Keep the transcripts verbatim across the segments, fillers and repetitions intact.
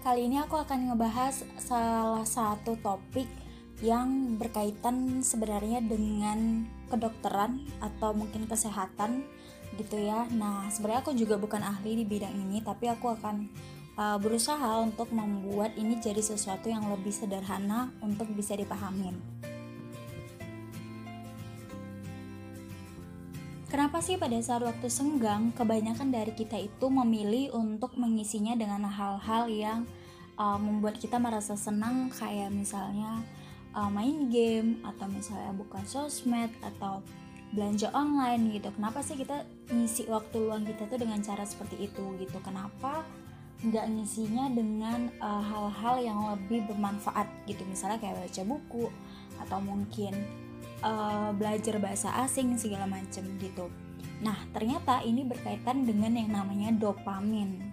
Kali ini aku akan ngebahas salah satu topik yang berkaitan sebenarnya dengan kedokteran atau mungkin kesehatan gitu ya. Nah, sebenarnya aku juga bukan ahli di bidang ini, tapi aku akan uh, berusaha untuk membuat ini jadi sesuatu yang lebih sederhana untuk bisa dipahamin. Kenapa sih pada saat waktu senggang kebanyakan dari kita itu memilih untuk mengisinya dengan hal-hal yang uh, membuat kita merasa senang, kayak misalnya uh, main game atau misalnya buka sosmed atau belanja online gitu. Kenapa sih kita ngisi waktu luang kita tuh dengan cara seperti itu gitu? Kenapa nggak ngisinya dengan uh, hal-hal yang lebih bermanfaat gitu, misalnya kayak baca buku atau mungkin Uh, belajar bahasa asing segala macam gitu. Nah, ternyata ini berkaitan dengan yang namanya dopamin.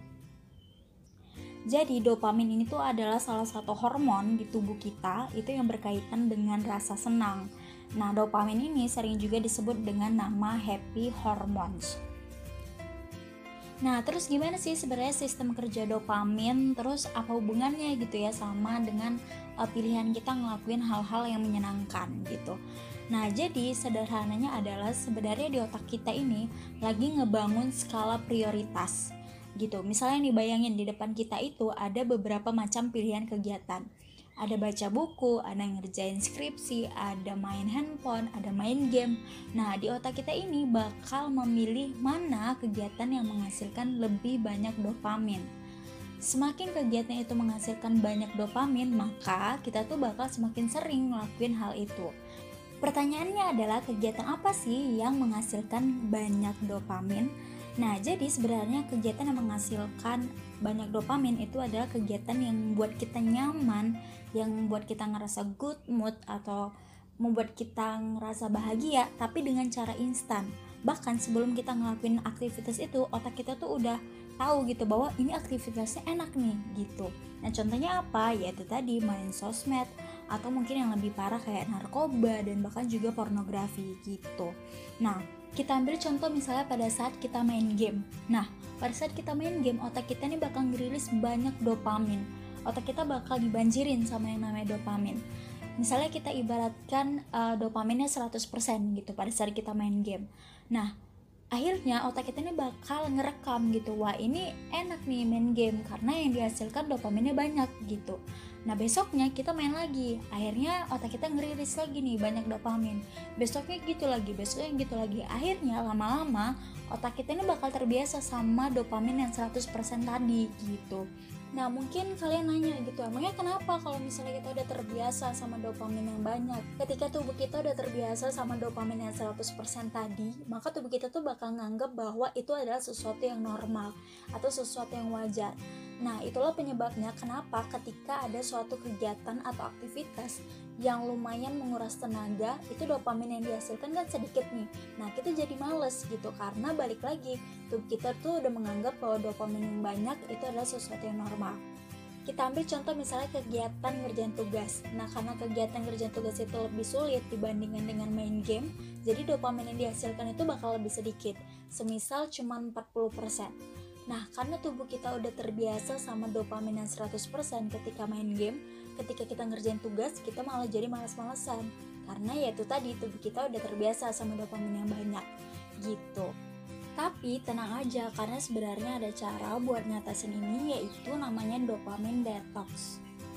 Jadi dopamin ini tuh adalah salah satu hormon di tubuh kita itu yang berkaitan dengan rasa senang. Nah, dopamin ini sering juga disebut dengan nama happy hormones. Nah, terus gimana sih sebenarnya sistem kerja dopamin? Terus apa hubungannya gitu ya sama dengan uh, pilihan kita ngelakuin hal-hal yang menyenangkan gitu. Nah, jadi sederhananya adalah sebenarnya di otak kita ini lagi ngebangun skala prioritas gitu. Misalnya nih, bayangin di depan kita itu ada beberapa macam pilihan kegiatan. Ada baca buku, ada ngerjain skripsi, ada main handphone, ada main game. Nah, di otak kita ini bakal memilih mana kegiatan yang menghasilkan lebih banyak dopamin. Semakin kegiatan itu menghasilkan banyak dopamin, maka kita tuh bakal semakin sering ngelakuin hal itu. Pertanyaannya adalah, kegiatan apa sih yang menghasilkan banyak dopamin? Nah, jadi sebenarnya kegiatan yang menghasilkan banyak dopamin itu adalah kegiatan yang membuat kita nyaman, yang membuat kita ngerasa good mood atau membuat kita ngerasa bahagia, tapi dengan cara instan. Bahkan sebelum kita ngelakuin aktivitas itu, otak kita tuh udah tahu gitu bahwa ini aktivitasnya enak nih gitu. Nah, contohnya apa? Yaitu tadi main sosmed, atau mungkin yang lebih parah kayak narkoba dan bahkan juga pornografi gitu. Nah, kita ambil contoh misalnya pada saat kita main game. Nah, pada saat kita main game, otak kita nih bakal ngerilis banyak dopamin. Otak kita bakal dibanjirin sama yang namanya dopamin. Misalnya kita ibaratkan uh, dopaminnya seratus persen gitu pada saat kita main game. Nah, akhirnya otak kita ini bakal ngerekam gitu, wah ini enak nih main game karena yang dihasilkan dopaminnya banyak gitu. Nah, besoknya kita main lagi, akhirnya otak kita ngerilis lagi nih banyak dopamin. Besoknya gitu lagi, besoknya gitu lagi. Akhirnya lama-lama otak kita ini bakal terbiasa sama dopamin yang seratus persen tadi gitu. Nah, mungkin kalian nanya gitu, emangnya kenapa kalau misalnya kita udah terbiasa sama dopamin yang banyak? Ketika tubuh kita udah terbiasa sama dopamin yang seratus persen tadi, maka tubuh kita tuh bakal nganggap bahwa itu adalah sesuatu yang normal atau sesuatu yang wajar. Nah, itulah penyebabnya kenapa ketika ada suatu kegiatan atau aktivitas yang lumayan menguras tenaga, itu dopamin yang dihasilkan kan sedikit nih. Nah, kita jadi males gitu, karena balik lagi, tubuh kita tuh udah menganggap bahwa dopamin yang banyak itu adalah sesuatu yang normal. Kita ambil contoh misalnya kegiatan ngerjain tugas. Nah, karena kegiatan ngerjain tugas itu lebih sulit dibandingkan dengan main game, jadi dopamin yang dihasilkan itu bakal lebih sedikit, semisal cuma empat puluh persen. Nah, karena tubuh kita udah terbiasa sama dopamin yang seratus persen ketika main game, ketika kita ngerjain tugas, kita malah jadi malas-malesan. Karena ya itu tadi, tubuh kita udah terbiasa sama dopamin yang banyak, gitu. Tapi tenang aja, karena sebenarnya ada cara buat ngatasin ini, yaitu namanya dopamin detox.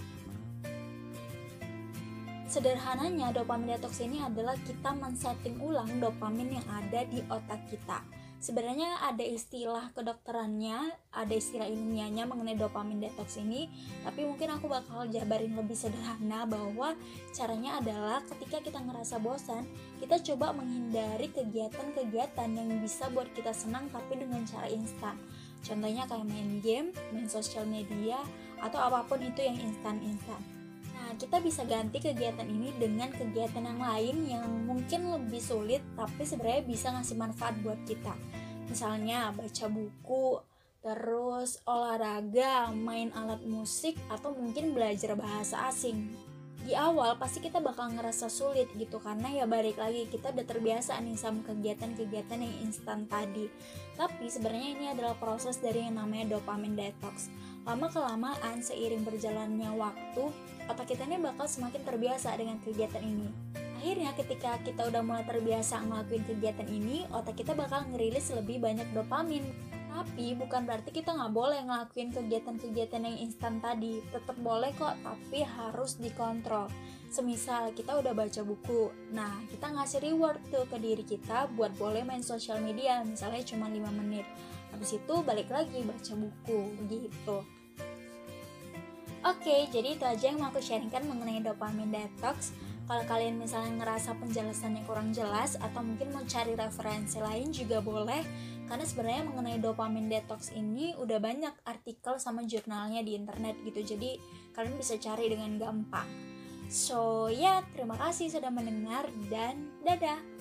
Sederhananya, dopamin detox ini adalah kita men-setting ulang dopamin yang ada di otak kita. Sebenarnya ada istilah kedokterannya, ada istilah ilmiahnya mengenai dopamin detox ini, tapi mungkin aku bakal jabarin lebih sederhana bahwa caranya adalah ketika kita ngerasa bosan, kita coba menghindari kegiatan-kegiatan yang bisa buat kita senang tapi dengan cara instan. Contohnya kayak main game, main sosial media, atau apapun itu yang instan-instan. Nah, kita bisa ganti kegiatan ini dengan kegiatan yang lain yang mungkin lebih sulit tapi sebenarnya bisa ngasih manfaat buat kita. Misalnya baca buku, terus olahraga, main alat musik, atau mungkin belajar bahasa asing. Di awal pasti kita bakal ngerasa sulit gitu, karena ya balik lagi kita udah terbiasa nih sama kegiatan-kegiatan yang instan tadi. Tapi sebenarnya ini adalah proses dari yang namanya dopamin detox. lama-kelamaan seiring berjalannya waktu, otak kita ini bakal semakin terbiasa dengan kegiatan ini. Akhirnya ketika kita udah mulai terbiasa ngelakuin kegiatan ini, otak kita bakal ngerilis lebih banyak dopamin. Tapi bukan berarti kita nggak boleh ngelakuin kegiatan-kegiatan yang instan tadi. Tetap boleh kok, tapi harus dikontrol. Semisal kita udah baca buku, nah kita ngasih reward tuh ke diri kita buat boleh main sosial media, misalnya cuma lima menit. Habis itu balik lagi baca buku, gitu. Oke, jadi itu aja yang mau aku sharingkan mengenai dopamine detox. Kalau kalian misalnya ngerasa penjelasannya kurang jelas atau mungkin mau cari referensi lain juga boleh, karena sebenarnya mengenai dopamine detox ini udah banyak artikel sama jurnalnya di internet gitu, jadi kalian bisa cari dengan gampang. So ya, yeah, terima kasih sudah mendengar dan dadah.